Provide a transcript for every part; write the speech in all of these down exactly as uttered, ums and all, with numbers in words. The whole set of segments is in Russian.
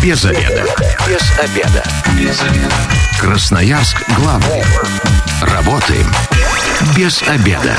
Без обеда. Без обеда. Без обеда. Красноярск главный. Работаем без обеда.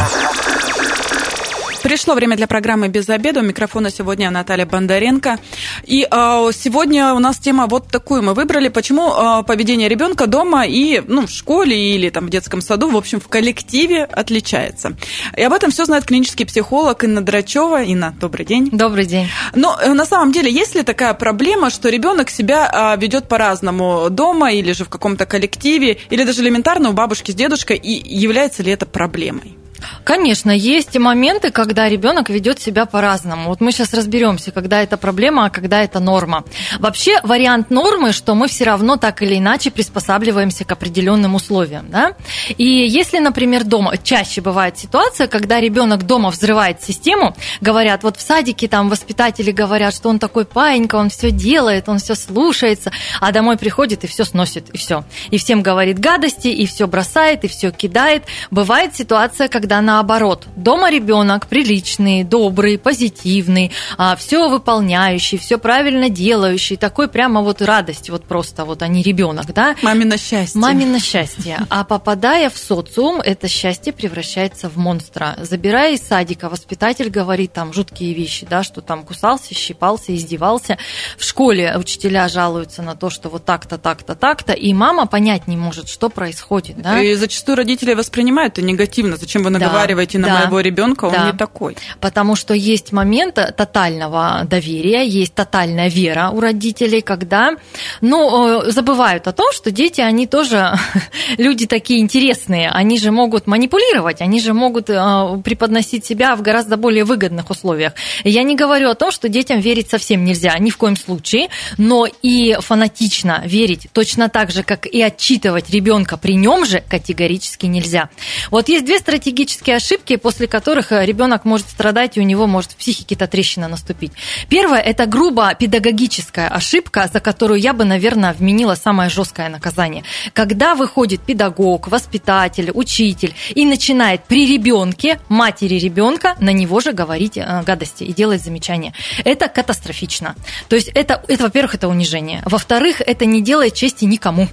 Пришло время для программы «Без обеда». У микрофона сегодня Наталья Бондаренко. И э, сегодня у нас тема вот такую мы выбрали. Почему э, поведение ребенка дома и ну, в школе или там, в детском саду, в общем, в коллективе отличается. И об этом все знает клинический психолог Инна Драчева. Инна, добрый день. Добрый день. Но э, на самом деле, есть ли такая проблема, что ребенок себя э, ведет по-разному дома или же в каком-то коллективе, или даже элементарно у бабушки с дедушкой, и является ли это проблемой? Конечно, есть моменты, когда ребенок ведет себя по-разному. Вот мы сейчас разберемся, когда это проблема, а когда это норма. Вообще вариант нормы, что мы все равно так или иначе приспосабливаемся к определенным условиям, да? И если, например, дома чаще бывает ситуация, когда ребенок дома взрывает систему, говорят, вот в садике там воспитатели говорят, что он такой паинька, он все делает, он все слушается, а домой приходит и все сносит, и все. И всем говорит гадости, и все бросает, и все кидает. Бывает ситуация, когда Когда наоборот, дома ребенок приличный, добрый, позитивный, все выполняющий, все правильно делающий, такой прямо вот радость, вот просто вот, а не ребенок, да? Мамино счастье. Мамино счастье. А попадая в социум, это счастье превращается в монстра. Забирая из садика, воспитатель говорит там жуткие вещи, да, что там кусался, щипался, издевался. В школе учителя жалуются на то, что вот так-то, так-то, так-то, и мама понять не может, что происходит, да? И зачастую родители воспринимают это негативно. Зачем вы наговариваете да, на да, моего ребенка, он да. не такой. Потому что есть момент тотального доверия, есть тотальная вера у родителей, когда ну, забывают о том, что дети, они тоже люди такие интересные, они же могут манипулировать, они же могут преподносить себя в гораздо более выгодных условиях. Я не говорю о том, что детям верить совсем нельзя, ни в коем случае, но и фанатично верить точно так же, как и отчитывать ребенка при нем же категорически нельзя. Вот есть две стратегические ошибки, после которых ребенок может страдать, и у него может в психике-то трещина наступить. Первое – это грубо педагогическая ошибка, за которую я бы, наверное, вменила самое жесткое наказание. Когда выходит педагог, воспитатель, учитель и начинает при ребенке, матери ребенка, на него же говорить гадости и делать замечания. Это катастрофично. То есть это, это во-первых, это унижение. Во-вторых, это не делает чести никому.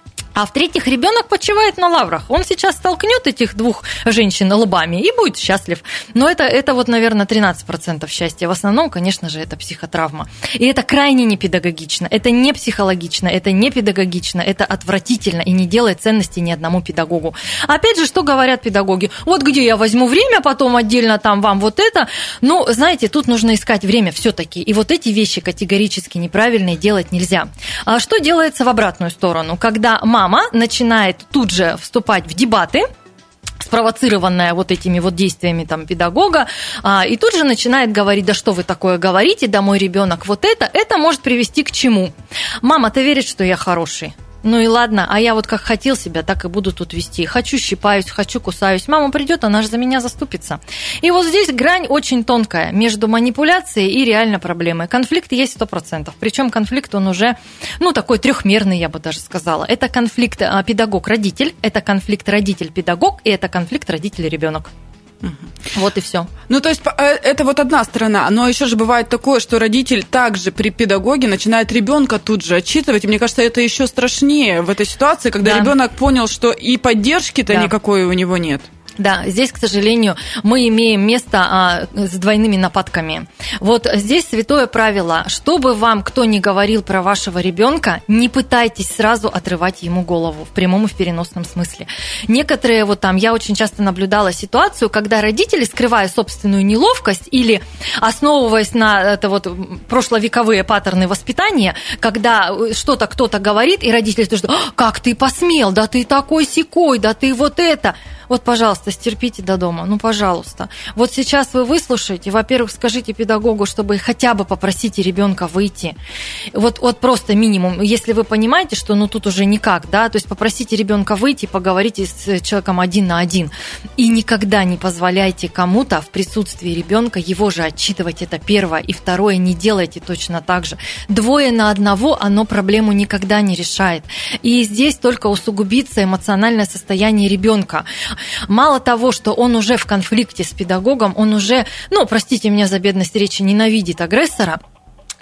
А в-третьих, ребенок почивает на лаврах. Он сейчас столкнет этих двух женщин лбами и будет счастлив. Но это, это вот, наверное, тринадцать процентов счастья. В основном, конечно же, это психотравма. И это крайне непедагогично. Это не психологично, это не педагогично, это отвратительно и не делает ценности ни одному педагогу. Опять же, что говорят педагоги? Вот где я возьму время, потом отдельно там вам вот это. Ну, знаете, тут нужно искать время все-таки. И вот эти вещи категорически неправильные делать нельзя. А что делается в обратную сторону? Когда мама Мама начинает тут же вступать в дебаты, спровоцированная вот этими вот действиями там, педагога, и тут же начинает говорить, да что вы такое говорите, да мой ребенок вот это, это может привести к чему? Мама-то верит, что я хороший. Ну и ладно, а я вот как хотел себя, так и буду тут вести. Хочу щипаюсь, хочу кусаюсь. Мама придет, она же за меня заступится. И вот здесь грань очень тонкая между манипуляцией и реально проблемой. Конфликт есть сто процентов. Причем конфликт, он уже, ну, такой трехмерный, я бы даже сказала. Это конфликт педагог-родитель, это конфликт родитель-педагог, и это конфликт родитель-ребенок. Вот и все. Ну, то есть, это вот одна сторона, но еще же бывает такое, что родитель также при педагоге начинает ребенка тут же отчитывать. И мне кажется, это еще страшнее в этой ситуации, когда да. ребенок понял, что и поддержки-то да. никакой у него нет. Да, здесь, к сожалению, мы имеем место а, с двойными нападками. Вот здесь святое правило, что бы вам кто ни говорил про вашего ребенка, не пытайтесь сразу отрывать ему голову в прямом и в переносном смысле. Некоторые, вот там, я очень часто наблюдала ситуацию, когда родители, скрывая собственную неловкость или основываясь на это вот прошловековые паттерны воспитания, когда что-то кто-то говорит, и родители тоже, как ты посмел, да ты такой-сякой, да ты вот это... Вот, пожалуйста, стерпите до дома, ну, пожалуйста. Вот сейчас вы выслушаете, во-первых, скажите педагогу, чтобы хотя бы попросите ребенка выйти. Вот, вот просто минимум, если вы понимаете, что ну тут уже никак, да, то есть попросите ребенка выйти, поговорите с человеком один на один. И никогда не позволяйте кому-то в присутствии ребенка его же отчитывать, это первое. И второе, не делайте точно так же. Двое на одного, оно проблему никогда не решает. И здесь только усугубится эмоциональное состояние ребенка. Мало того, что он уже в конфликте с педагогом, он уже, ну, простите меня за бедность речи, ненавидит агрессора,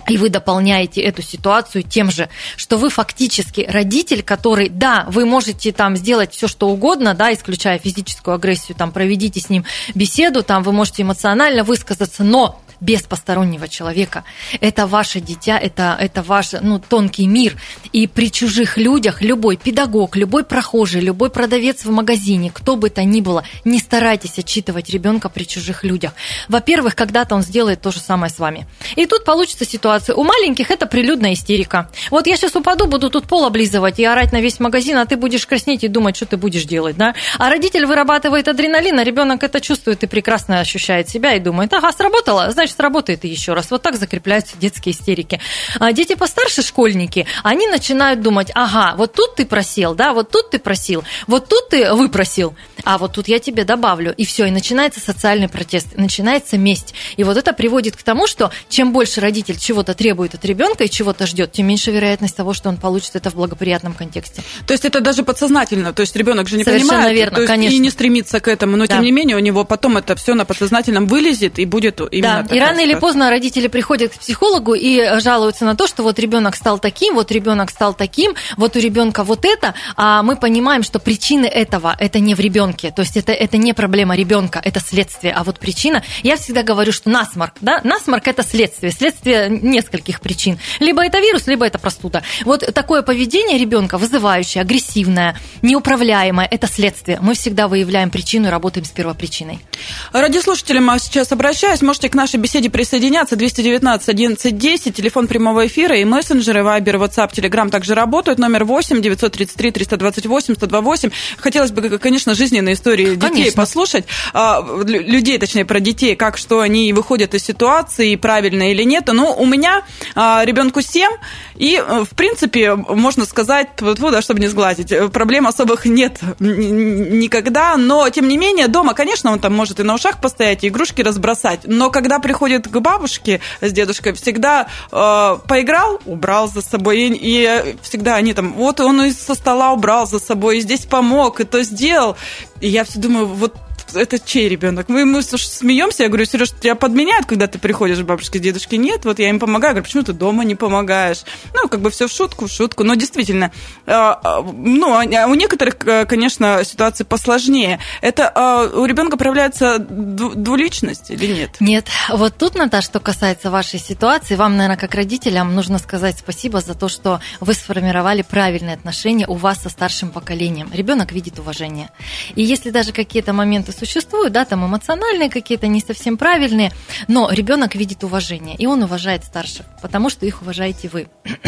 И вы дополняете эту ситуацию тем же, что вы фактически родитель, который, да, вы можете там сделать все, что угодно, да, исключая физическую агрессию, там, проведите с ним беседу, там, вы можете эмоционально высказаться, но без постороннего человека. Это ваше дитя, это, это ваш, ну, тонкий мир. И при чужих людях любой педагог, любой прохожий, любой продавец в магазине, кто бы то ни было, не старайтесь отчитывать ребенка при чужих людях. Во-первых, когда-то он сделает то же самое с вами. И тут получится ситуация. У маленьких это прилюдная истерика. Вот я сейчас упаду, буду тут пол облизывать и орать на весь магазин, а ты будешь краснеть и думать, что ты будешь делать, да? А родитель вырабатывает адреналин, а ребенок это чувствует и прекрасно ощущает себя и думает, ага, сработало, значит, сработает и еще раз. Вот так закрепляются детские истерики. А дети постарше, школьники, они начинают думать, ага, вот тут ты просил, да, вот тут ты просил, вот тут ты выпросил, а вот тут я тебе добавлю. И все, и начинается социальный протест, начинается месть. И вот это приводит к тому, что чем больше родитель чего-то требует от ребенка и чего-то ждет, тем меньше вероятность того, что он получит это в благоприятном контексте. То есть это даже подсознательно, то есть ребенок же не Совершенно понимает, верно, то есть конечно. И не стремится к этому, но да. тем не менее у него потом это все на подсознательном вылезет и будет именно. Да, и рано или поздно родители приходят к психологу и жалуются на то, что вот ребенок стал таким, вот ребенок стал таким, вот у ребенка вот это, а мы понимаем, что причины этого это не в ребенке, то есть это, это не проблема ребенка, это следствие, а вот причина, я всегда говорю, что насморк, да, насморк это следствие, следствие нескольких причин, либо это вирус, либо это простуда. Вот такое поведение ребенка, вызывающее, агрессивное, неуправляемое, это следствие. Мы всегда выявляем причину и работаем с первопричиной. Радиослушателям сейчас обращаюсь, можете к нашей беседе присоединяться, двести девятнадцать одиннадцать десять, телефон прямого эфира и мессенджеры, Вайбер, WhatsApp, Telegram также работают, номер восемь девятьсот тридцать три триста двадцать восемь сто двадцать восемь. Хотелось бы, конечно, жизненные истории детей конечно. послушать, людей, точнее, про детей, как, что они выходят из ситуации, правильно или нет. Ну, у меня ребенку семь, и, в принципе, можно сказать, да, чтобы не сглазить, проблем особых нет никогда, но, тем не менее, дома, конечно, он там может и на ушах постоять, и игрушки разбросать, но когда приходит к бабушке с дедушкой, всегда э, поиграл, убрал за собой, и, и всегда они там, вот он и со стола убрал за собой, и здесь помог, и то сделал, и я все думаю, вот это чей ребенок? Мы, мы смеемся, я говорю, Сереж, тебя подменяют, когда ты приходишь к бабушке с дедушкой? Нет, вот я им помогаю. Я говорю, почему ты дома не помогаешь? Ну, как бы все в шутку, в шутку. Но действительно, ну, у некоторых, конечно, ситуации посложнее. Это у ребенка проявляется двуличность или нет? Нет. Вот тут, Наташа, что касается вашей ситуации, вам, наверное, как родителям нужно сказать спасибо за то, что вы сформировали правильные отношения у вас со старшим поколением. Ребенок видит уважение. И если даже какие-то моменты существуют, да, там эмоциональные какие-то, не совсем правильные, но ребенок видит уважение, и он уважает старших, потому что их уважаете вы.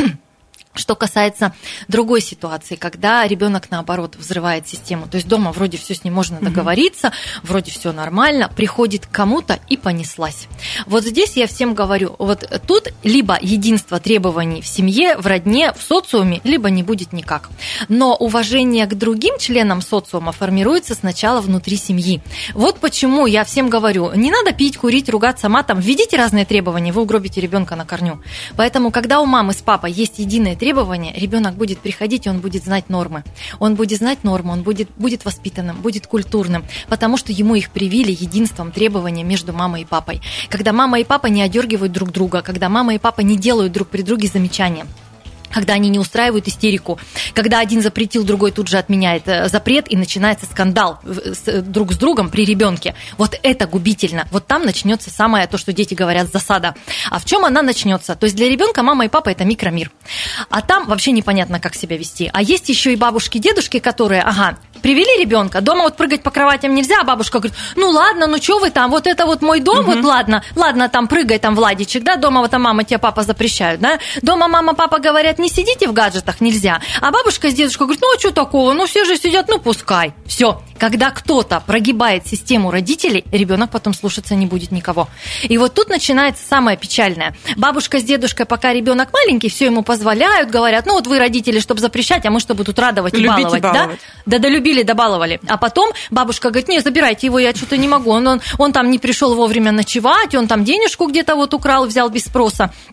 Что касается другой ситуации, когда ребенок, наоборот, взрывает систему, то есть дома вроде все с ним можно договориться, mm-hmm. вроде все нормально, приходит к кому-то и понеслась. Вот здесь я всем говорю, вот тут либо единство требований в семье, в родне, в социуме, либо не будет никак. Но уважение к другим членам социума формируется сначала внутри семьи. Вот почему я всем говорю, не надо пить, курить, ругаться матом, введите разные требования, вы угробите ребенка на корню. Поэтому, когда у мамы с папой есть единое требования, ребенок будет приходить, и он будет знать нормы. Он будет знать нормы, он будет, будет воспитанным, будет культурным, потому что ему их привили единством требования между мамой и папой. Когда мама и папа не одергивают друг друга, когда мама и папа не делают друг при друге замечания, когда они не устраивают истерику, когда один запретил, другой тут же отменяет запрет, и начинается скандал друг с другом при ребенке. Вот это губительно. Вот там начнется самое, то, что дети говорят, засада. А в чем она начнется? То есть для ребенка мама и папа – это микромир. А там вообще непонятно, как себя вести. А есть еще и бабушки, дедушки, которые, ага, привели ребенка, дома вот прыгать по кроватям нельзя, а бабушка говорит, ну ладно, ну что вы там, вот это вот мой дом, угу. вот ладно, ладно, там прыгай, там Владичек, да, дома вот там мама, тебе папа запрещают, да, дома мама, папа говорят, не сидите в гаджетах, нельзя, а бабушка с дедушкой говорит, ну а что такого, ну все же сидят, ну пускай, все. Когда кто-то прогибает систему родителей, ребенок потом слушаться не будет никого. И вот тут начинается самое печальное. Бабушка с дедушкой, пока ребенок маленький, все ему позволяют, говорят, ну вот вы родители, чтобы запрещать, а мы чтобы тут радовать и любить баловать, и баловать. Да? Да, долюбили, добаловали. А потом бабушка говорит, не, забирайте его, я что-то не могу, он, он, он там не пришел вовремя ночевать, он там денежку где-то вот украл, взял без спроса.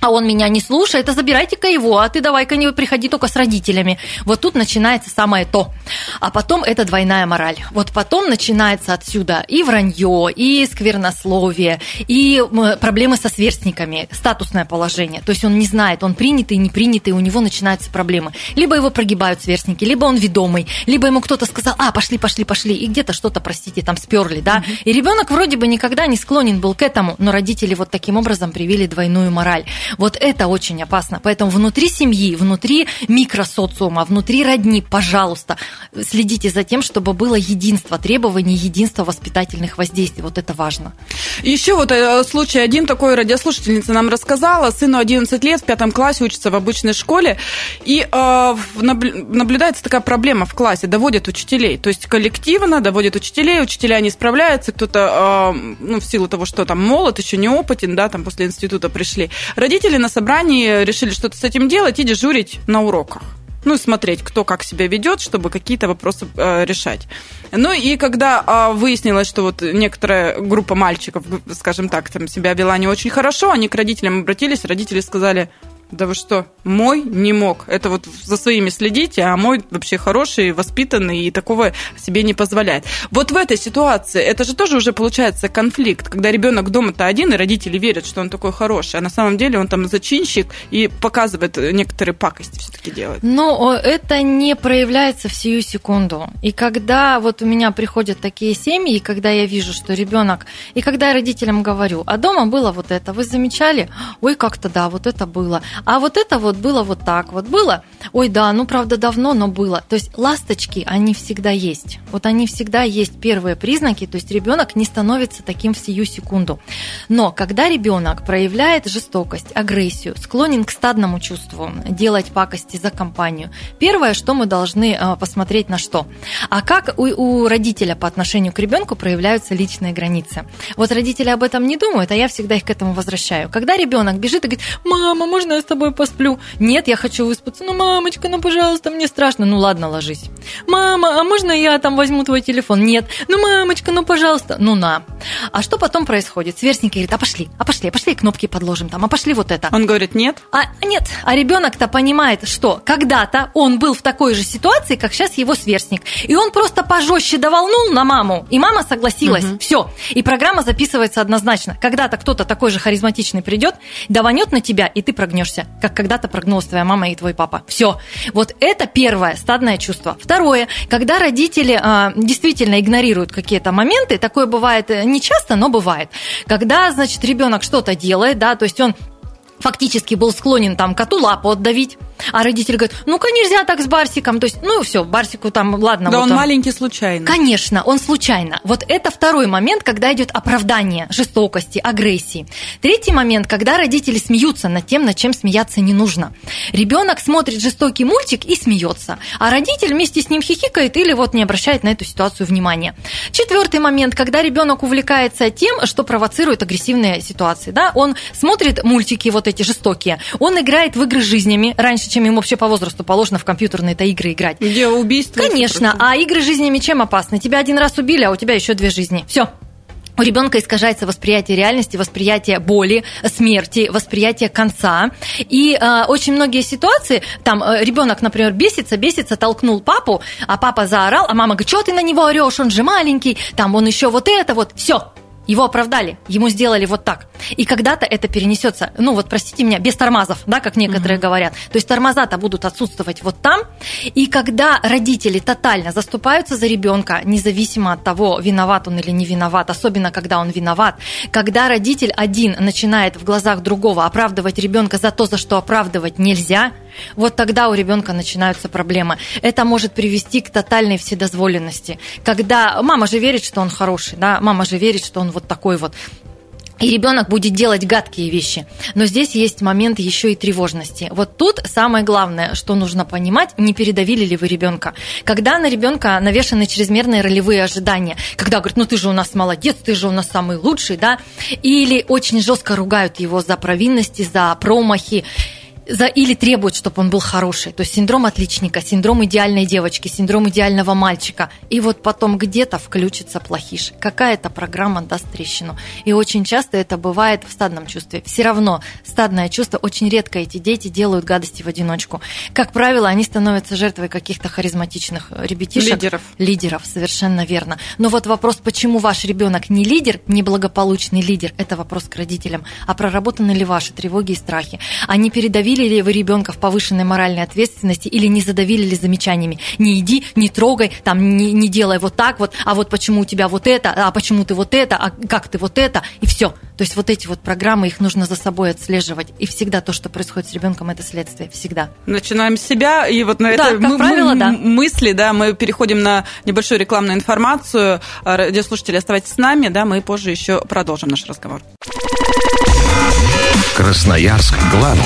а он меня не слушает, а забирайте-ка его, а ты давай-ка не приходи только с родителями. Вот тут начинается самое то. А потом это двойная мораль. Вот потом начинается отсюда и вранье, и сквернословие, и проблемы со сверстниками, статусное положение. То есть он не знает, он принятый, не принятый, у него начинаются проблемы. Либо его прогибают сверстники, либо он ведомый, либо ему кто-то сказал, а, пошли, пошли, пошли, и где-то что-то, простите, там сперли, да. Mm-hmm. И ребенок вроде бы никогда не склонен был к этому, но родители вот таким образом привили двойную мораль. Вот это очень опасно. Поэтому внутри семьи, внутри микросоциума, внутри родни, пожалуйста, следите за тем, чтобы было единство требований, единство воспитательных воздействий. Вот это важно. Еще вот случай один такой радиослушательница нам рассказала. Сыну одиннадцать лет, в пятом классе, учится в обычной школе. И э, наблюдается такая проблема в классе. Доводят учителей. То есть коллективно доводят учителей. Учителя не справляются. Кто-то, э, ну, в силу того, что там молод, еще не опытен, да, там после института пришли. Родители на собрании решили что-то с этим делать и дежурить на уроках. Ну, и смотреть, кто как себя ведет, чтобы какие-то вопросы э, решать. Ну, и когда э, выяснилось, что вот некоторая группа мальчиков, скажем так, там себя вела не очень хорошо, они к родителям обратились, родители сказали: да вы что, мой не мог. Это вот за своими следите, а мой вообще хороший, воспитанный и такого себе не позволяет. Вот в этой ситуации это же тоже уже получается конфликт, когда ребенок дома-то один, и родители верят, что он такой хороший, а на самом деле он там зачинщик и показывает некоторые пакости все-таки делает. Но это не проявляется в сию секунду. И когда вот у меня приходят такие семьи, и когда я вижу, что ребенок, и когда я родителям говорю, а дома было вот это, вы замечали? Ой, как-то да, вот это было. А вот это вот было вот так вот было. Ой, да, ну, правда, давно, но было. То есть ласточки, они всегда есть. Вот они всегда есть, первые признаки. То есть ребенок не становится таким в сию секунду. Но когда ребенок проявляет жестокость, агрессию, склонен к стадному чувству, делать пакости за компанию, первое, что мы должны посмотреть на что. А как у, у родителя по отношению к ребенку проявляются личные границы. Вот родители об этом не думают, а я всегда их к этому возвращаю. Когда ребенок бежит и говорит: мама, можно я с тобой посплю? Нет, я хочу выспаться. Ну, мамочка, ну, пожалуйста, мне страшно. Ну, ладно, ложись. Мама, а можно я там возьму твой телефон? Нет. Ну, мамочка, ну, пожалуйста. Ну, на. А что потом происходит? Сверстники говорят: а пошли, а пошли, а пошли кнопки подложим там, а пошли вот это. Он говорит: нет. А нет. А ребенок-то понимает, что когда-то он был в такой же ситуации, как сейчас его сверстник. И он просто пожестче даволнул на маму, и мама согласилась. Угу. Все. И программа записывается однозначно. Когда-то кто-то такой же харизматичный придет, даванет на тебя, и ты прогнешься, как когда-то прогнулась твоя мама и твой папа. Все. Вот это первое стадное чувство. Второе, когда родители а, действительно игнорируют какие-то моменты, такое бывает не часто, но бывает. Когда, значит, ребенок что-то делает, да, то есть он фактически был склонен там коту лапу отдавить, а родитель говорит: ну-ка, нельзя так с Барсиком. То есть, ну, все, Барсику там, ладно. Да, вот он, он маленький случайно. Конечно, он случайно. Вот это второй момент, когда идет оправдание жестокости, агрессии. Третий момент, когда родители смеются над тем, над чем смеяться не нужно. Ребенок смотрит жестокий мультик и смеется, а родитель вместе с ним хихикает или вот не обращает на эту ситуацию внимания. Четвертый момент, когда ребенок увлекается тем, что провоцирует агрессивные ситуации. Да? Он смотрит мультики вот эти жестокие, он играет в игры с жизнями раньше, чем ему вообще по возрасту положено в компьютерные-то игры играть. Где убийство? Конечно, а игры с жизнями чем опасны? Тебя один раз убили, а у тебя еще две жизни. Все. У ребенка искажается восприятие реальности, восприятие боли, смерти, восприятие конца. И э, очень многие ситуации, там э, ребенок, например, бесится, бесится, толкнул папу, а папа заорал, а мама говорит: что ты на него орешь, он же маленький, там он еще вот это вот, все. Его оправдали, ему сделали вот так. И когда-то это перенесется, ну вот простите меня, без тормозов, да, как некоторые угу. говорят. То есть тормоза-то будут отсутствовать вот там. И когда родители тотально заступаются за ребенка, независимо от того, виноват он или не виноват, особенно когда он виноват, когда родитель один начинает в глазах другого оправдывать ребенка за то, за что оправдывать нельзя, вот тогда у ребенка начинаются проблемы. Это может привести к тотальной вседозволенности. Когда мама же верит, что он хороший, да, мама же верит, что он вот такой вот. И ребенок будет делать гадкие вещи. Но здесь есть момент еще и тревожности. Вот тут самое главное, что нужно понимать, не передавили ли вы ребенка. Когда на ребенка навешаны чрезмерные ролевые ожидания, когда говорят: ну ты же у нас молодец, ты же у нас самый лучший, да, или очень жестко ругают его за провинности, за промахи. За, или требует, чтобы он был хороший. То есть синдром отличника, синдром идеальной девочки, синдром идеального мальчика. И вот потом где-то включится плохиш. Какая-то программа даст трещину. И очень часто это бывает в стадном чувстве. Все равно стадное чувство, очень редко эти дети делают гадости в одиночку. Как правило, они становятся жертвой каких-то харизматичных ребятишек. Лидеров. Лидеров, совершенно верно. Но вот вопрос, почему ваш ребенок не лидер, не благополучный лидер, это вопрос к родителям. А проработаны ли ваши тревоги и страхи? Они передавили ли вы ребенка в повышенной моральной ответственности или не задавили ли замечаниями? Не иди, не трогай, там, не, не делай вот так вот, а вот почему у тебя вот это, а почему ты вот это, а как ты вот это, и все. То есть вот эти вот программы, их нужно за собой отслеживать. И всегда то, что происходит с ребенком, это следствие. Всегда. Начинаем с себя, и вот на да, этой мы, правило, мы, да. мысли, да, мы переходим на небольшую рекламную информацию. Радиослушатели, оставайтесь с нами, да, мы позже еще продолжим наш разговор. Красноярск главный.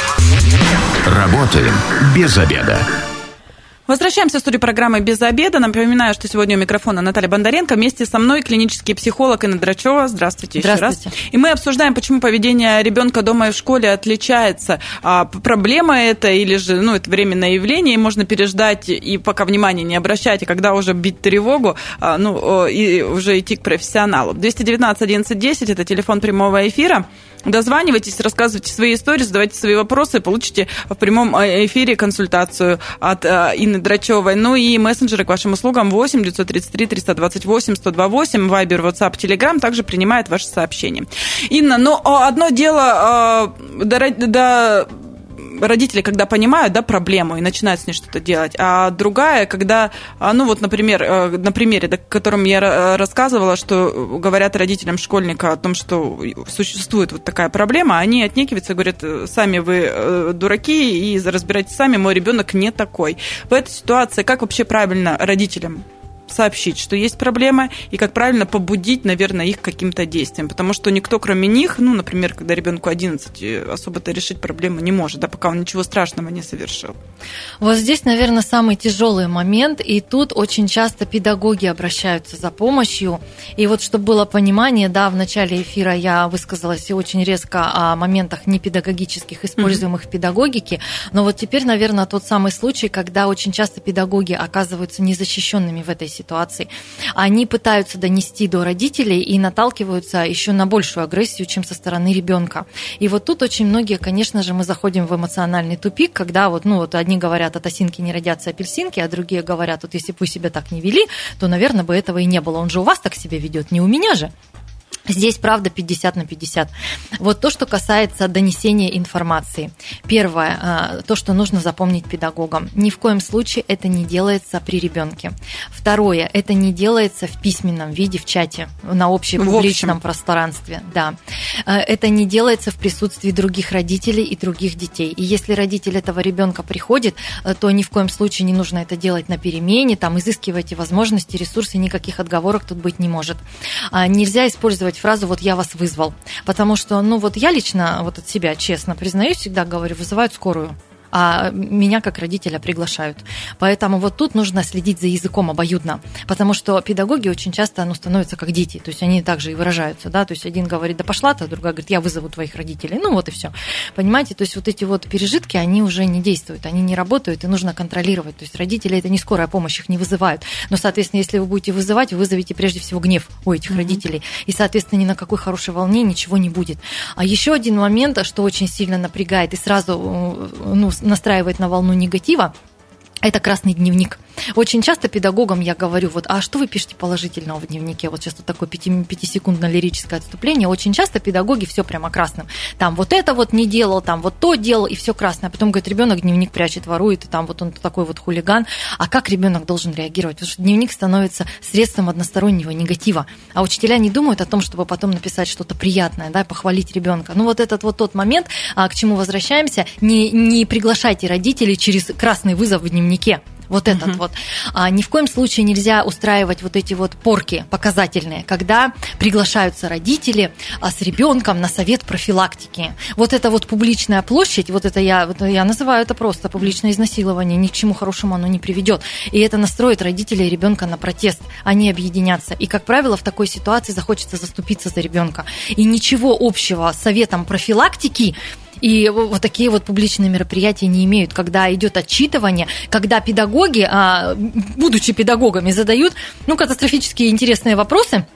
Работаем без обеда. Возвращаемся в студию программы «Без обеда». Напоминаю, что сегодня у микрофона Наталья Бондаренко. Вместе со мной клинический психолог Инна Драчева. Здравствуйте, Здравствуйте. еще раз. И мы обсуждаем, почему поведение ребенка дома и в школе отличается. А проблема это или же ну, это временное явление, и можно переждать и пока внимания не обращать, и когда уже бить тревогу, ну, и уже идти к профессионалу. двести девятнадцать одиннадцать десять – это телефон прямого эфира. Дозванивайтесь, рассказывайте свои истории, задавайте свои вопросы, получите в прямом эфире консультацию от Инны Драчевой. Ну и мессенджеры к вашим услугам восемь девятьсот тридцать три триста двадцать восемь сто двадцать восемь, Вайбер, Ватсап, Телеграм также принимает ваши сообщения. Инна, ну одно дело до, до родители, когда понимают, да, проблему и начинают с ней что-то делать, а другая, когда, ну вот, например, на примере, о котором я рассказывала, что говорят родителям школьника о том, что существует вот такая проблема, они отнекиваются и говорят: сами вы дураки и разбирайтесь сами, мой ребенок не такой. В этой ситуации как вообще правильно родителям сообщить, что есть проблема, и как правильно побудить, наверное, их к каким-то действиям, потому что никто, кроме них, ну, например, когда ребенку одиннадцать, особо-то решить проблему не может, да, пока он ничего страшного не совершил. Вот здесь, наверное, самый тяжелый момент, и тут очень часто педагоги обращаются за помощью, и вот чтобы было понимание, да, в начале эфира я высказалась очень резко о моментах непедагогических, используемых mm-hmm. в педагогике, но вот теперь, наверное, тот самый случай, когда очень часто педагоги оказываются незащищенными в этой ситуации. Они пытаются донести до родителей и наталкиваются еще на большую агрессию, чем со стороны ребенка. И вот тут очень многие, конечно же, мы заходим в эмоциональный тупик, когда вот, ну, вот одни говорят, от осинки не родятся апельсинки, а другие говорят, вот если бы вы себя так не вели, то, наверное, бы этого и не было. Он же у вас так себя ведет, не у меня же. Здесь, правда, пятьдесят на пятьдесят. Вот то, что касается донесения информации. Первое, то, что нужно запомнить педагогам. Ни в коем случае это не делается при ребенке. Второе, это не делается в письменном виде, в чате, на общепубличном пространстве. Да. Это не делается в присутствии других родителей и других детей. И если родитель этого ребенка приходит, то ни в коем случае не нужно это делать на перемене, там изыскивайте возможности, ресурсы, никаких отговорок тут быть не может. Нельзя использовать фразу «вот я вас вызвал», потому что, ну вот я лично, вот от себя честно признаюсь, всегда говорю, вызывают скорую, а меня как родителя приглашают. Поэтому вот тут нужно следить за языком обоюдно, потому что педагоги очень часто ну, становятся как дети, то есть они также и выражаются, да, то есть один говорит, да пошла ты, а другая говорит, я вызову твоих родителей, ну вот и все, понимаете, то есть вот эти вот пережитки, они уже не действуют, они не работают, и нужно контролировать, то есть родители это не скорая помощь, их не вызывают, но, соответственно, если вы будете вызывать, вы вызовете прежде всего гнев у этих mm-hmm. родителей, и, соответственно, ни на какой хорошей волне ничего не будет. А еще один момент, что очень сильно напрягает и сразу, ну, настраивает на волну негатива, это красный дневник. Очень часто педагогам я говорю, вот, а что вы пишете положительного в дневнике? Вот сейчас тут такое пятисекундное лирическое отступление. Очень часто педагоги все прямо красным. Там вот это вот не делал, там вот то делал, и все красное. А потом, говорит, ребенок дневник прячет, ворует, и там вот он такой вот хулиган. А как ребенок должен реагировать? Потому что дневник становится средством одностороннего негатива. А учителя не думают о том, чтобы потом написать что-то приятное, да, похвалить ребенка. Ну вот этот вот тот момент, к чему возвращаемся, не, не приглашайте родителей через красный вызов в дневнике. Вот этот uh-huh. вот. А, ни в коем случае нельзя устраивать вот эти вот порки показательные, когда приглашаются родители а, с ребенком на совет профилактики. Вот это вот публичная площадь, вот это я, вот я называю это просто публичное изнасилование, ни к чему хорошему оно не приведет. И это настроит родителей и ребенка на протест. Они объединятся. И, как правило, в такой ситуации захочется заступиться за ребенка. И ничего общего с советом профилактики И вот такие вот публичные мероприятия не имеют, когда идет отчитывание, когда педагоги, будучи педагогами, задают ну, катастрофически интересные вопросы.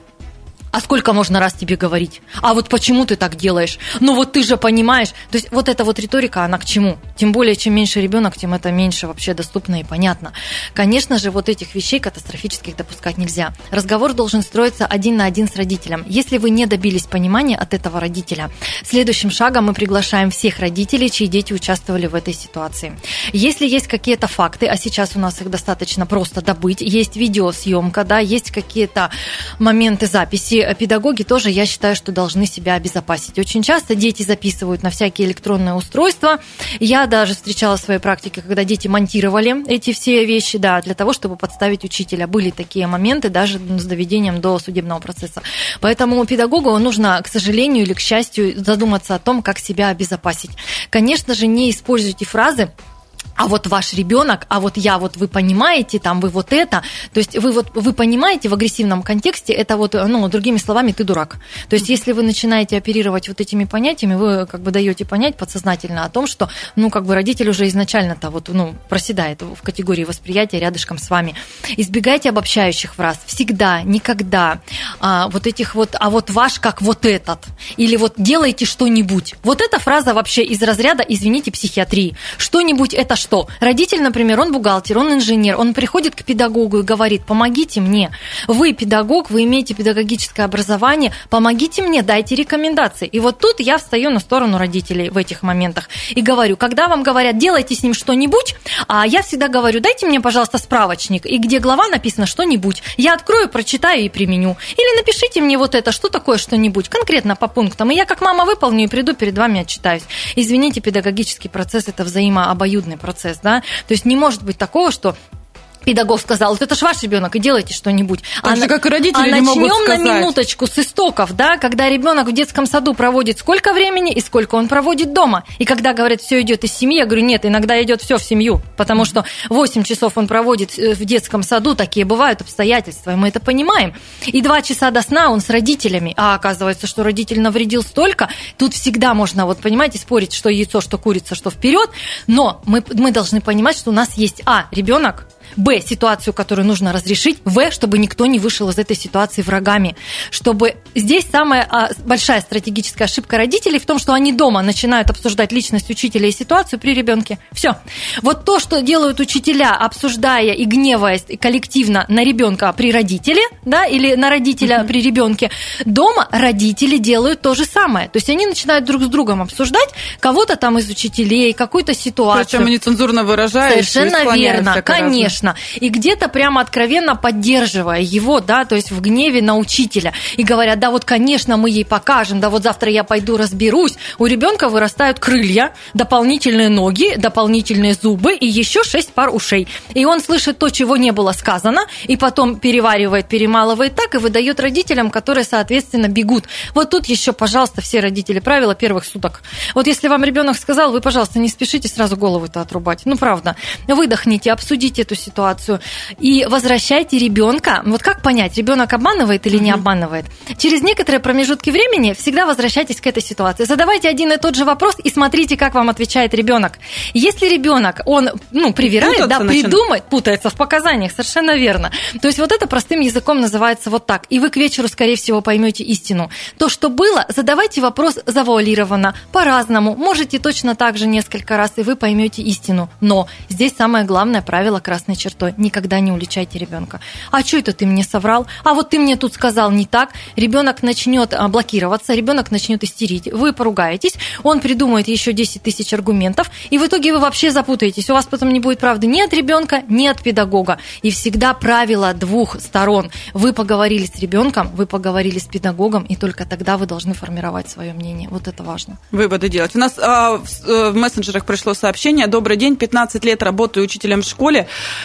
А сколько можно раз тебе говорить? А вот почему ты так делаешь? Ну вот ты же понимаешь. То есть вот эта вот риторика, она к чему? Тем более, чем меньше ребенок, тем это меньше вообще доступно и понятно. Конечно же, вот этих вещей катастрофических допускать нельзя. Разговор должен строиться один на один с родителем. Если вы не добились понимания от этого родителя, следующим шагом мы приглашаем всех родителей, чьи дети участвовали в этой ситуации. Если есть какие-то факты, а сейчас у нас их достаточно просто добыть, есть видеосъемка, да, есть какие-то моменты записи, педагоги тоже, я считаю, что должны себя обезопасить. Очень часто дети записывают на всякие электронные устройства. Я даже встречала в своей практике, когда дети монтировали эти все вещи, да, для того, чтобы подставить учителя. Были такие моменты даже с доведением до судебного процесса. Поэтому педагогу нужно, к сожалению или к счастью, задуматься о том, как себя обезопасить. Конечно же, не используйте фразы а вот ваш ребенок, а вот я, вот вы понимаете, там вы вот это, то есть вы вот вы понимаете в агрессивном контексте, это вот, ну, другими словами, ты дурак. То есть если вы начинаете оперировать вот этими понятиями, вы как бы даете понять подсознательно о том, что, ну, как бы родитель уже изначально-то вот, ну, проседает в категории восприятия рядышком с вами. Избегайте обобщающих фраз. Всегда, никогда. А, вот этих вот, а вот ваш как вот этот. Или вот делайте что-нибудь. Вот эта фраза вообще из разряда, извините, психиатрии. Что-нибудь это что? Что? Родитель, например, он бухгалтер, он инженер, он приходит к педагогу и говорит: помогите мне. Вы педагог, вы имеете педагогическое образование, помогите мне, дайте рекомендации. И вот тут я встаю на сторону родителей в этих моментах и говорю, когда вам говорят, делайте с ним что-нибудь, а я всегда говорю, дайте мне, пожалуйста, справочник, и где глава написано что-нибудь, я открою, прочитаю и применю. Или напишите мне вот это, что такое что-нибудь, конкретно по пунктам, и я как мама выполню и приду перед вами отчитаюсь. Извините, педагогический процесс – это взаимообоюдный процесс. Да? То есть не может быть такого, что педагог сказал, вот это ж ваш ребенок, и делайте что-нибудь. Так а же, как и родители а не могут сказать. Начнем на минуточку с истоков, да, когда ребенок в детском саду проводит сколько времени и сколько он проводит дома. И когда говорят, все идет из семьи, я говорю, нет, иногда идет все в семью, потому что восемь часов он проводит в детском саду, такие бывают обстоятельства, и мы это понимаем. И два часа до сна он с родителями, а оказывается, что родитель навредил столько, тут всегда можно, вот понимаете, спорить, что яйцо, что курица, что вперед, но мы, мы должны понимать, что у нас есть, а, ребенок, б, ситуацию, которую нужно разрешить, в, чтобы никто не вышел из этой ситуации врагами. Чтобы здесь самая а, большая стратегическая ошибка родителей в том, что они дома начинают обсуждать личность учителя и ситуацию при ребенке. Все. Вот то, что делают учителя, обсуждая и гневаясь коллективно на ребенка при родителе, да, или на родителя mm-hmm. при ребенке, дома родители делают то же самое. То есть они начинают друг с другом обсуждать кого-то там из учителей, какую-то ситуацию. Причем они цензурно выражаются. Совершенно верно, конечно. И где-то прямо откровенно поддерживая его, да, то есть в гневе на учителя. И говорят, да вот, конечно, мы ей покажем, да вот завтра я пойду разберусь. У ребенка вырастают крылья, дополнительные ноги, дополнительные зубы и еще шесть пар ушей. И он слышит то, чего не было сказано, и потом переваривает, перемалывает так и выдает родителям, которые, соответственно, бегут. Вот тут еще, пожалуйста, все родители, правила первых суток. Вот если вам ребенок сказал, вы, пожалуйста, не спешите сразу голову-то отрубать. Ну, правда. Выдохните, обсудите эту ситуацию. ситуацию и возвращайте ребенка. Вот как понять, ребенок обманывает или mm-hmm. не обманывает? Через некоторые промежутки времени всегда возвращайтесь к этой ситуации. Задавайте один и тот же вопрос и смотрите, как вам отвечает ребенок. Если ребенок, он, ну, привирает, путаться да, начинает. Придумает, путается в показаниях, совершенно верно. То есть вот это простым языком называется вот так. И вы к вечеру, скорее всего, поймете истину. То, что было, задавайте вопрос завуалированно, по-разному. Можете точно так же несколько раз, и вы поймете истину. Но здесь самое главное правило красной чертой. Никогда не уличайте ребенка. А что это ты мне соврал? А вот ты мне тут сказал не так. Ребенок начнет блокироваться, ребенок начнет истерить. Вы поругаетесь, он придумает еще десять тысяч аргументов, и в итоге вы вообще запутаетесь. У вас потом не будет правды ни от ребенка, ни от педагога. И всегда правило двух сторон. Вы поговорили с ребенком, вы поговорили с педагогом, и только тогда вы должны формировать свое мнение. Вот это важно. Выводы делать. У нас а, в, в мессенджерах пришло сообщение. Добрый день, пятнадцать лет работаю учителем в школе.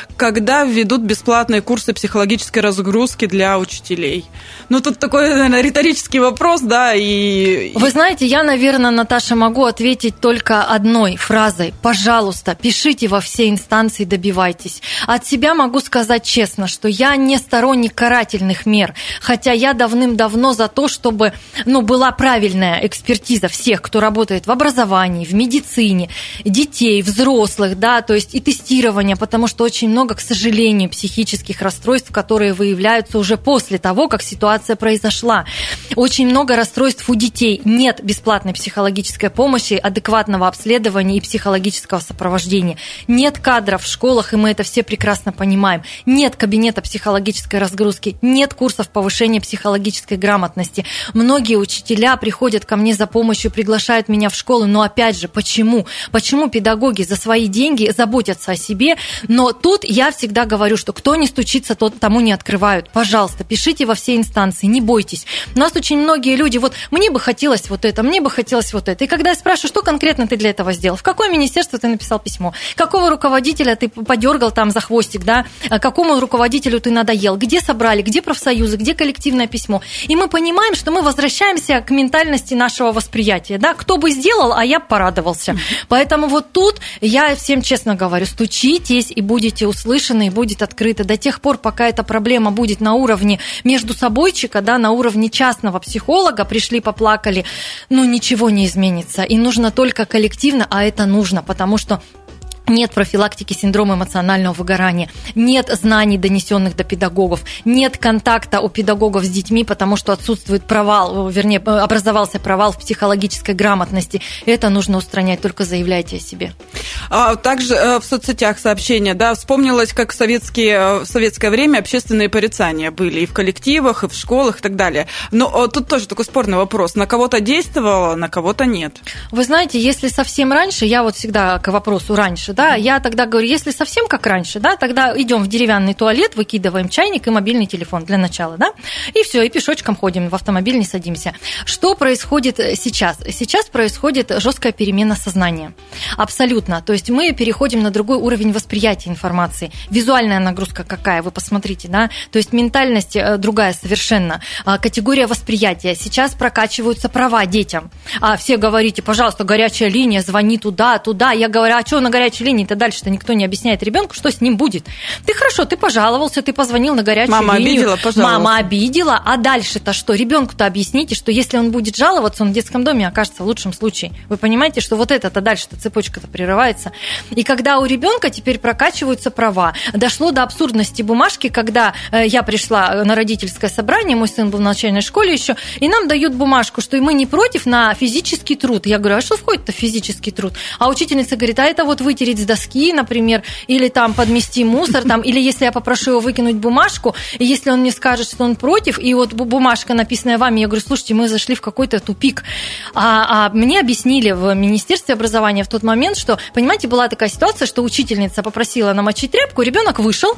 когда введут бесплатные курсы психологической разгрузки для учителей? Ну, тут такой, наверное, риторический вопрос, да, и... Вы знаете, я, наверное, Наташа, могу ответить только одной фразой. Пожалуйста, пишите во все инстанции, добивайтесь. От себя могу сказать честно, что я не сторонник карательных мер, хотя я давным-давно за то, чтобы, ну, была правильная экспертиза всех, кто работает в образовании, в медицине, детей, взрослых, да, то есть и тестирование, потому что очень много, к сожалению, психических расстройств, которые выявляются уже после того, как ситуация произошла. Очень много расстройств у детей. Нет бесплатной психологической помощи, адекватного обследования и психологического сопровождения. Нет кадров в школах, и мы это все прекрасно понимаем. Нет кабинета психологической разгрузки, нет курсов повышения психологической грамотности. Многие учителя приходят ко мне за помощью, приглашают меня в школу, но опять же, почему? Почему педагоги за свои деньги заботятся о себе? Но тут я всегда говорю, что кто не стучится, тот тому не открывают. Пожалуйста, пишите во все инстанции, не бойтесь. У нас очень многие люди, вот мне бы хотелось вот это, мне бы хотелось вот это. И когда я спрашиваю, что конкретно ты для этого сделал, в какое министерство ты написал письмо, какого руководителя ты подергал там за хвостик, да, какому руководителю ты надоел, где собрали, где профсоюзы, где коллективное письмо. И мы понимаем, что мы возвращаемся к ментальности нашего восприятия, да, кто бы сделал, а я порадовался. Поэтому вот тут я всем честно говорю, стучитесь и будете услышаны, и будет открыто до тех пор, пока эта проблема будет на уровне между собой, да, на уровне частного психолога, пришли, поплакали, ну, ничего не изменится. И нужно только коллективно, а это нужно, потому что нет профилактики синдрома эмоционального выгорания, нет знаний, донесенных до педагогов, нет контакта у педагогов с детьми, потому что отсутствует провал, вернее, образовался провал в психологической грамотности. Это нужно устранять, только заявляйте о себе. А также в соцсетях сообщения, да, вспомнилось, как в, советские, в советское время общественные порицания были и в коллективах, и в школах, и так далее. Но тут тоже такой спорный вопрос. На кого-то действовало, на кого-то нет. Вы знаете, если совсем раньше, я вот всегда к вопросу раньше, да, я тогда говорю, если совсем как раньше, да, тогда идем в деревянный туалет, выкидываем чайник и мобильный телефон для начала, да, и все, и пешочком ходим, в автомобиль не садимся. Что происходит сейчас? Сейчас происходит жесткая перемена сознания. Абсолютно. То есть мы переходим на другой уровень восприятия информации. Визуальная нагрузка какая, вы посмотрите, да, то есть ментальность другая совершенно. Категория восприятия. Сейчас прокачиваются права детям. А все говорите, пожалуйста, горячая линия, звони туда, туда. Я говорю, а что на горячей линии-то дальше-то никто не объясняет ребенку, что с ним будет. Ты хорошо, ты пожаловался, ты позвонил на горячую Мама линию. Мама обидела, пожалуйста. Мама обидела, а дальше-то что? Ребенку-то объясните, что если он будет жаловаться, он в детском доме окажется в лучшем случае. Вы понимаете, что вот это-то дальше-то цепочка-то прерывается. И когда у ребенка теперь прокачиваются права, дошло до абсурдности бумажки, когда я пришла на родительское собрание, мой сын был в начальной школе еще, и нам дают бумажку, что мы не против на физический труд. Я говорю, а что входит-то в физический труд? А учительница говорит, а это вот вытереть с доски, например, или там подмести мусор, там, или если я попрошу его выкинуть бумажку, и если он мне скажет, что он против, и вот бумажка, написанная вами, я говорю, слушайте, мы зашли в какой-то тупик. А, а мне объяснили в Министерстве образования в тот момент, что, понимаете, была такая ситуация, что учительница попросила намочить тряпку, ребенок вышел,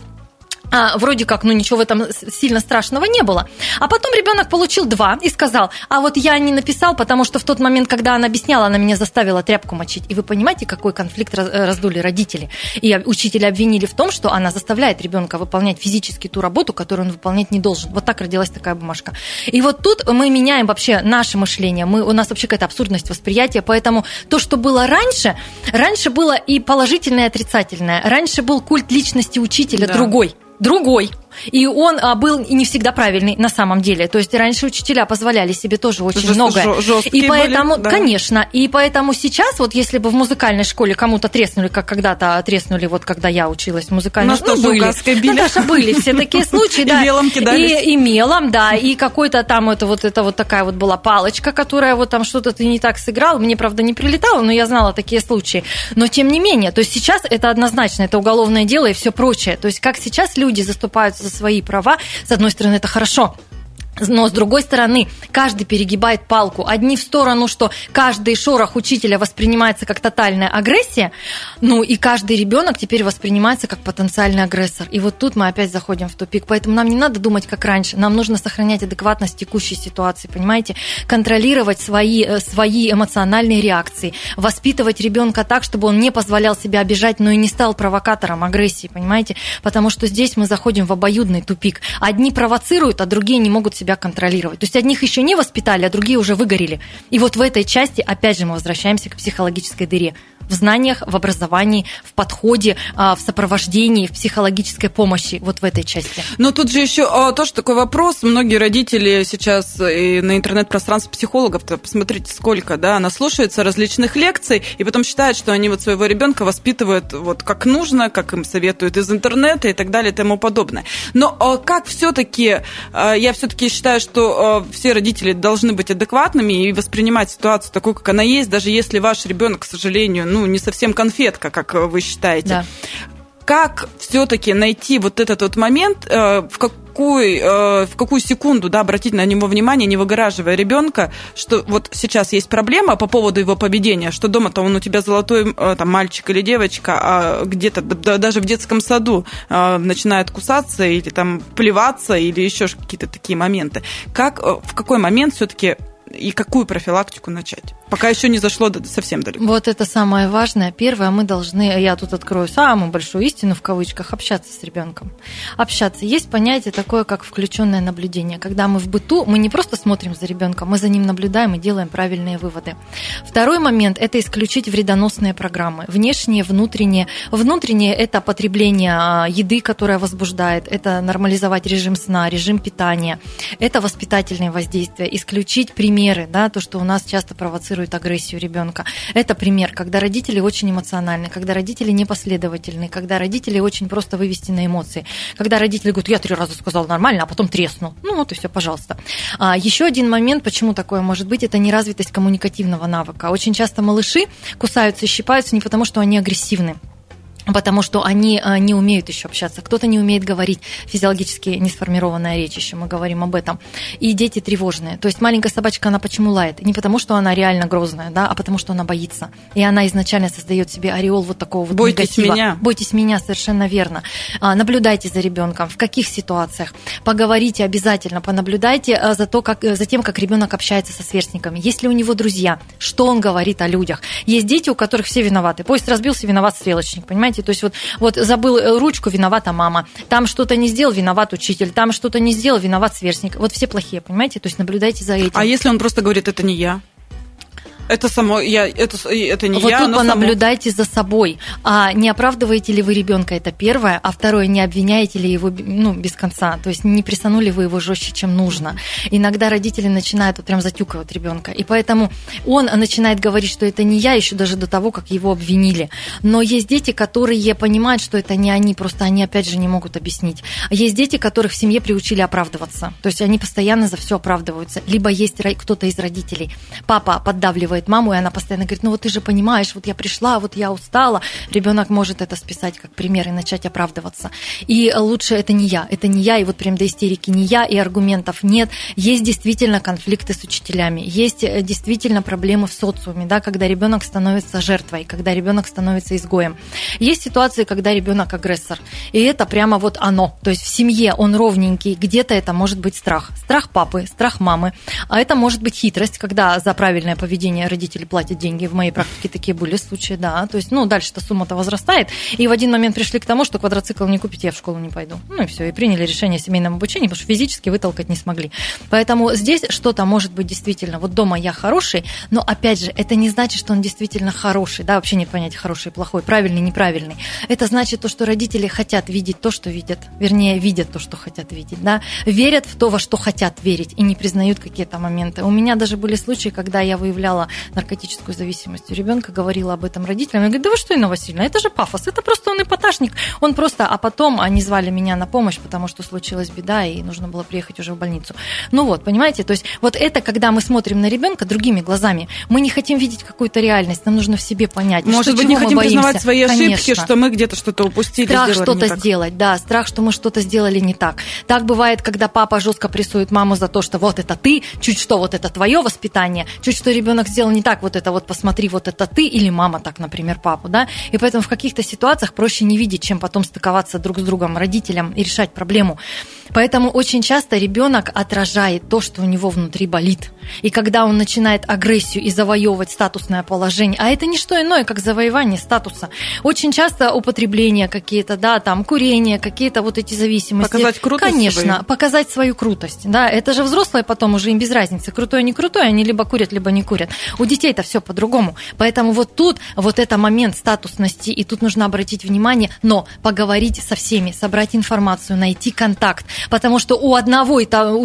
А, вроде как, ну ничего в этом сильно страшного не было. А потом ребенок получил два и сказал, а вот я не написал, потому что в тот момент, когда она объясняла, она меня заставила тряпку мочить. И вы понимаете, какой конфликт раздули родители? И учителя обвинили в том, что она заставляет ребенка выполнять физически ту работу, которую он выполнять не должен. Вот так родилась такая бумажка. И вот тут мы меняем вообще наше мышление. Мы, у нас вообще какая-то абсурдность восприятия, поэтому то, что было раньше, раньше было и положительное, и отрицательное. Раньше был культ личности учителя, да. другой. Другой. И он был не всегда правильный на самом деле. То есть раньше учителя позволяли себе тоже очень Жест, многое. Жесткие и поэтому, были, да. конечно, и поэтому сейчас, вот если бы в музыкальной школе кому-то треснули, как когда-то треснули, вот когда я училась в музыкальной школе, ну, были, Наташа, были все такие случаи, да. И мелом кидались. И, и мелом, да, и какой-то там это вот это вот такая вот была палочка, которая вот там что-то ты не так сыграл. Мне, правда, не прилетало, но я знала такие случаи. Но тем не менее, то есть сейчас это однозначно, это уголовное дело и все прочее. То есть как сейчас люди заступаются за свои права, с одной стороны, это хорошо. Но, с другой стороны, каждый перегибает палку. Одни в сторону, что каждый шорох учителя воспринимается как тотальная агрессия, ну и каждый ребенок теперь воспринимается как потенциальный агрессор. И вот тут мы опять заходим в тупик. Поэтому нам не надо думать как раньше. Нам нужно сохранять адекватность текущей ситуации, понимаете? Контролировать свои, свои эмоциональные реакции. Воспитывать ребенка так, чтобы он не позволял себя обижать, но и не стал провокатором агрессии, понимаете? Потому что здесь мы заходим в обоюдный тупик. Одни провоцируют, а другие не могут себя контролировать. То есть одних еще не воспитали, а другие уже выгорели. И вот в этой части, опять же, мы возвращаемся к психологической дыре. В знаниях, в образовании, в подходе, в сопровождении, в психологической помощи. Вот в этой части. Но тут же еще тоже такой вопрос. Многие родители сейчас и на интернет-пространстве психологов-то, посмотрите, сколько, да, наслушаются различных лекций, и потом считают, что они вот своего ребенка воспитывают вот как нужно, как им советуют из интернета и так далее и тому подобное. Но как все-таки, я все-таки считаю, что все родители должны быть адекватными и воспринимать ситуацию такой, как она есть, даже если ваш ребенок, к сожалению, ну, не совсем конфетка, как вы считаете. Да. Как все-таки найти вот этот вот момент, в какую, в какую секунду, да, обратить на него внимание, не выгораживая ребенка, что вот сейчас есть проблема по поводу его поведения, что дома-то он у тебя золотой там, мальчик или девочка, а где-то даже в детском саду начинает кусаться или там плеваться или еще какие-то такие моменты. Как, в какой момент все-таки и какую профилактику начать? Пока еще не зашло совсем далеко. Вот это самое важное. Первое, мы должны, я тут открою самую большую истину в кавычках, общаться с ребенком. Общаться. Есть понятие такое, как включенное наблюдение. Когда мы в быту, мы не просто смотрим за ребенком, мы за ним наблюдаем и делаем правильные выводы. Второй момент – это исключить вредоносные программы. Внешние, внутренние. Внутренние – это потребление еды, которая возбуждает, это нормализовать режим сна, режим питания, это воспитательные воздействия, исключить примеры, да, то, что у нас часто провоцирует агрессию ребенка. Это пример, когда родители очень эмоциональны, когда родители непоследовательны, когда родители очень просто вывести на эмоции, когда родители говорят, я три раза сказал нормально, а потом треснул. Ну вот и все, пожалуйста. А, еще один момент, почему такое может быть, это неразвитость коммуникативного навыка. Очень часто малыши кусаются и щипаются не потому, что они агрессивны, потому что они не умеют еще общаться. Кто-то не умеет говорить, физиологически не сформированная речь еще, мы говорим об этом. И дети тревожные. То есть маленькая собачка, она почему лает? Не потому, что она реально грозная, да, а потому, что она боится. И она изначально создает себе ореол вот такого вот Бойтесь негатива. меня. Бойтесь меня, совершенно верно. Наблюдайте за ребенком, в каких ситуациях. Поговорите обязательно, понаблюдайте за, то, как, за тем, как ребенок общается со сверстниками. Есть ли у него друзья? Что он говорит о людях? Есть дети, у которых все виноваты. Поезд разбился, виноват стрелочник, понимаете? То есть вот, вот забыл ручку, виновата мама. Там что-то не сделал, виноват учитель. Там что-то не сделал, виноват сверстник. Вот все плохие, понимаете? То есть наблюдайте за этим. А если он просто говорит, это не я? Это само, я, это, это не вот я, тут но понаблюдайте само... за собой. А не оправдываете ли вы ребенка, это первое. А второе, не обвиняете ли его, ну, без конца. То есть не прессанули вы его жестче, чем нужно. Иногда родители начинают вот прям затюкивать ребенка. И поэтому он начинает говорить, что это не я, еще даже до того, как его обвинили. Но есть дети, которые понимают, что это не они, просто они опять же не могут объяснить. Есть дети, которых в семье приучили оправдываться. То есть они постоянно за все оправдываются. Либо есть кто-то из родителей. Папа поддавливает маму, и она постоянно говорит, ну вот ты же понимаешь, вот я пришла, вот я устала. Ребенок может это списать как пример и начать оправдываться. И лучше это не я, это не я, и вот прям до истерики не я, и аргументов нет. Есть действительно конфликты с учителями, есть действительно проблемы в социуме, да, когда ребенок становится жертвой, когда ребенок становится изгоем. Есть ситуации, когда ребенок агрессор, и это прямо вот оно. То есть в семье он ровненький, где-то это может быть страх. Страх папы, страх мамы, а это может быть хитрость, когда за правильное поведение родители платят деньги. В моей практике такие были случаи, да. То есть, ну, дальше-то сумма-то возрастает. И в один момент пришли к тому, что квадроцикл не купить, я в школу не пойду. Ну и все, и приняли решение о семейном обучении, потому что физически вытолкать не смогли. Поэтому здесь что-то может быть действительно, вот дома я хороший, но, опять же, это не значит, что он действительно хороший, да, вообще нет понятия хороший и плохой, правильный, неправильный. Это значит то, что родители хотят видеть то, что видят, вернее, видят то, что хотят видеть, да, верят в то, во что хотят верить и не признают какие-то моменты. У меня даже были случаи, когда я выявляла наркотическую зависимость у ребенка, говорила об этом родителям. Я говорю, да вы что, Инна Васильевна, это же пафос, это просто он эпатажник. Он просто, а потом они звали меня на помощь, потому что случилась беда, и нужно было приехать уже в больницу. Ну вот, понимаете, то есть вот это, когда мы смотрим на ребенка другими глазами, мы не хотим видеть какую-то реальность, нам нужно в себе понять. Может что, быть, не хотим боимся. Признавать свои ошибки, Конечно. что мы где-то что-то упустили. Страх что-то сделать, да, страх, что мы что-то сделали не так. Так бывает, когда папа жестко прессует маму за то, что вот это ты, чуть что вот это твое воспитание, чуть что ребенок сделал не так, вот это вот посмотри, вот это ты, или мама так, например, папу, да. И поэтому в каких-то ситуациях проще не видеть, чем потом стыковаться друг с другом, родителям, и решать проблему. Поэтому очень часто ребенок отражает то, что у него внутри болит. И когда он начинает агрессию и завоевывать статусное положение, а это не что иное, как завоевание статуса. Очень часто употребление какие-то, да, там, курение, какие-то вот эти зависимости. Показать крутость Конечно, свою. показать свою крутость. Да, это же взрослые потом уже им без разницы, крутой, не крутой, они либо курят, либо не курят. У детей-то все по-другому. Поэтому вот тут, вот это момент статусности, и тут нужно обратить внимание, но поговорить со всеми, собрать информацию, найти контакт. Потому что у одного,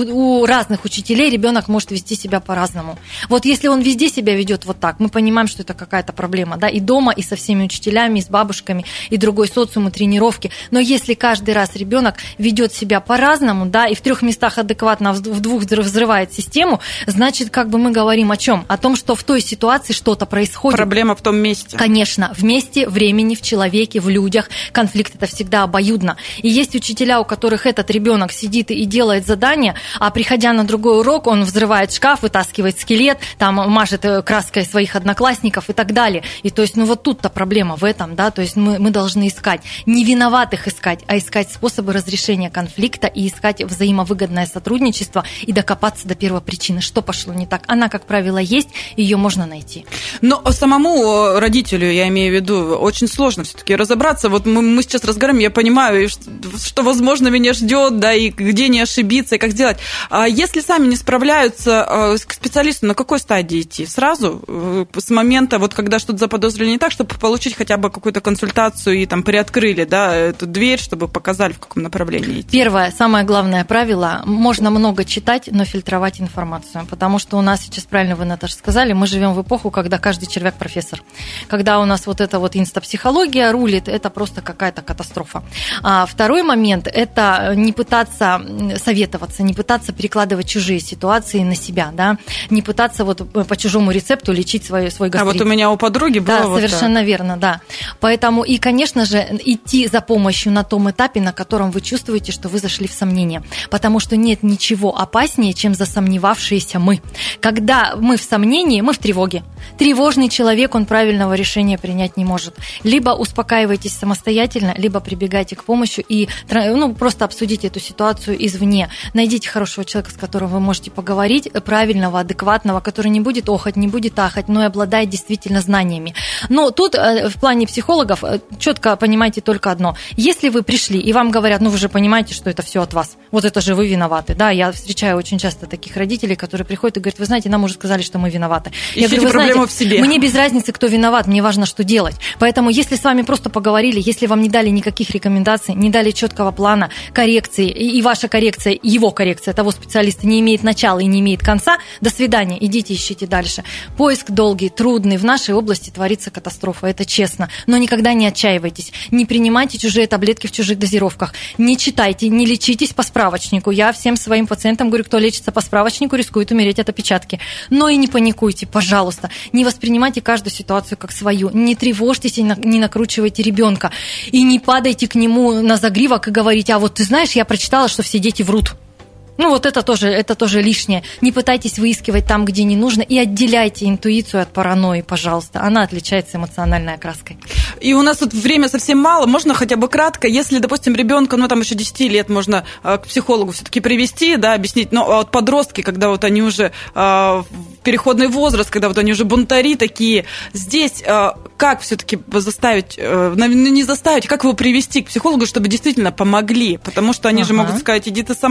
у разных учителей ребенок может вести себя по-разному. Вот если он везде себя ведет вот так, мы понимаем, что это какая-то проблема, да, и дома, и со всеми учителями, и с бабушками, и другой социум, и тренировки. Но если каждый раз ребенок ведет себя по-разному, да, и в трех местах адекватно, а в двух взрывает систему, значит, как бы мы говорим о чем? О том, что в той ситуации что-то происходит. Проблема в том месте. Конечно, в месте, времени, в человеке, в людях. Конфликт это всегда обоюдно. И есть учителя, у которых этот ребенок сидит и делает задание, а приходя на другой урок, он взрывает шкаф, вытаскивает скелет, там мажет краской своих одноклассников и так далее. И то есть, ну вот тут-то проблема в этом, да, то есть мы, мы должны искать, не виноватых искать, а искать способы разрешения конфликта и искать взаимовыгодное сотрудничество и докопаться до первопричины, что пошло не так. Она, как правило, есть, ее можно найти. Но самому родителю, я имею в виду, очень сложно все-таки разобраться. Вот мы, мы сейчас разговариваем, я понимаю, что, что, возможно, меня ждет, да, и где не ошибиться, и как сделать. А если сами не справляются, к специалисту на какой стадии идти? Сразу? С момента, вот, когда что-то заподозрили не так, чтобы получить хотя бы какую-то консультацию и там приоткрыли, да, эту дверь, чтобы показали, в каком направлении идти? Первое, самое главное правило, можно много читать, но фильтровать информацию, потому что у нас сейчас, правильно вы, Наташа, сказали, мы живем в эпоху, когда каждый червяк профессор. Когда у нас вот эта вот инстапсихология рулит, это просто какая-то катастрофа. А второй момент, это не пытаться советоваться, не пытаться перекладывать чужие ситуации на себя, да, не пытаться вот по чужому рецепту лечить свой, свой гастрит. А вот у меня у подруги было да, вот совершенно так. верно, да. Поэтому и, конечно же, идти за помощью на том этапе, на котором вы чувствуете, что вы зашли в сомнение, потому что нет ничего опаснее, чем засомневавшиеся мы. Когда мы в сомнении, мы в тревоге. Тревожный человек, он правильного решения принять не может. Либо успокаивайтесь самостоятельно, либо прибегайте к помощи и ну, просто обсудите эту ситуацию извне. Найдите хорошего человека, с которым вы можете поговорить, правильного, адекватного, который не будет охать, не будет ахать, но и обладает действительно знаниями. Но тут в плане психологов четко понимайте только одно. Если вы пришли и вам говорят, ну вы же понимаете, что это все от вас, вот это же вы виноваты. Да, я встречаю очень часто таких родителей, которые приходят и говорят, вы знаете, нам уже сказали, что мы виноваты. Ищите я говорю, вы проблему знаете, в себе. Мне без разницы, кто виноват, мне важно, что делать. Поэтому если с вами просто поговорили, если вам не дали никаких рекомендаций, не дали четкого плана коррекции, и ваша коррекция, его коррекция того специалиста не имеет начала и не имеет конца, до свидания, идите ищите дальше. Поиск долгий, трудный, в нашей области творится катастрофа, это честно. Но никогда не отчаивайтесь, не принимайте чужие таблетки в чужих дозировках, не читайте, не лечитесь по справочнику. Я всем своим пациентам говорю, кто лечится по справочнику, рискует умереть от опечатки. Но и не паникуйте, пожалуйста, не воспринимайте каждую ситуацию как свою, не тревожьтесь и не накручивайте ребенка, и не падайте к нему на загривок и говорите, а вот ты знаешь, я прочитала, что все дети врут. Ну, вот это тоже, это тоже лишнее. Не пытайтесь выискивать там, где не нужно, и отделяйте интуицию от паранойи, пожалуйста. Она отличается эмоциональной окраской. И у нас тут время совсем мало. Можно хотя бы кратко, если, допустим, ребенка, ну, там еще десять лет можно к психологу все-таки привести, да, объяснить. Но вот подростки, когда вот они уже в переходный возраст, когда вот они уже бунтари такие, здесь как все-таки заставить, не заставить, как его привести к психологу, чтобы действительно помогли? Потому что они ага. же могут сказать, иди ты сама,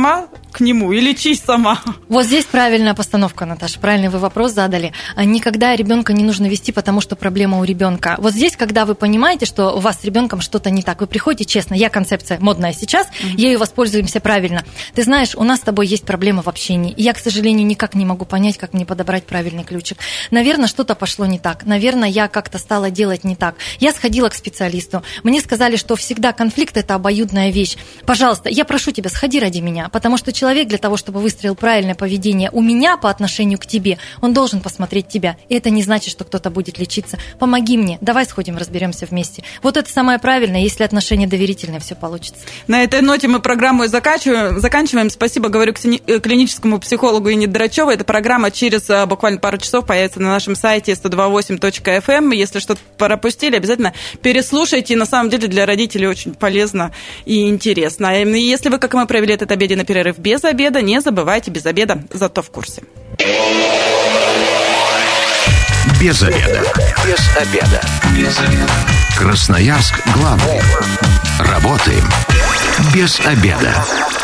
к нему и лечись сама. Вот здесь правильная постановка, Наташа, правильный вы вопрос задали. Никогда ребенка не нужно вести, потому что проблема у ребенка. Вот здесь, когда вы понимаете, что у вас с ребенком что-то не так, вы приходите честно, я концепция модная сейчас, mm-hmm. ею воспользуемся правильно. Ты знаешь, у нас с тобой есть проблема в общении, и я, к сожалению, никак не могу понять, как мне подобрать правильный ключик. Наверное, что-то пошло не так, наверное, я как-то стала делать не так. Я сходила к специалисту, мне сказали, что всегда конфликт – это обоюдная вещь. Пожалуйста, я прошу тебя, сходи ради меня, потому что человек для того, чтобы выстроил правильное поведение у меня по отношению к тебе, он должен посмотреть тебя. И это не значит, что кто-то будет лечиться. Помоги мне, давай сходим, разберемся вместе. Вот это самое правильное, если отношения доверительные, все получится. На этой ноте мы программу заканчиваем. заканчиваем. Спасибо, говорю клиническому психологу Ине Драчевой. Эта программа через буквально пару часов появится на нашем сайте сто два восемь точка эф эм. Если что-то пропустили, обязательно переслушайте. На самом деле для родителей очень полезно и интересно. И если вы, как и мы, провели этот обеденный перерыв без обеда, не забывайте, без обеда, зато в курсе. Без обеда. Без обеда. Без обеда. Красноярск главный. Работаем без обеда.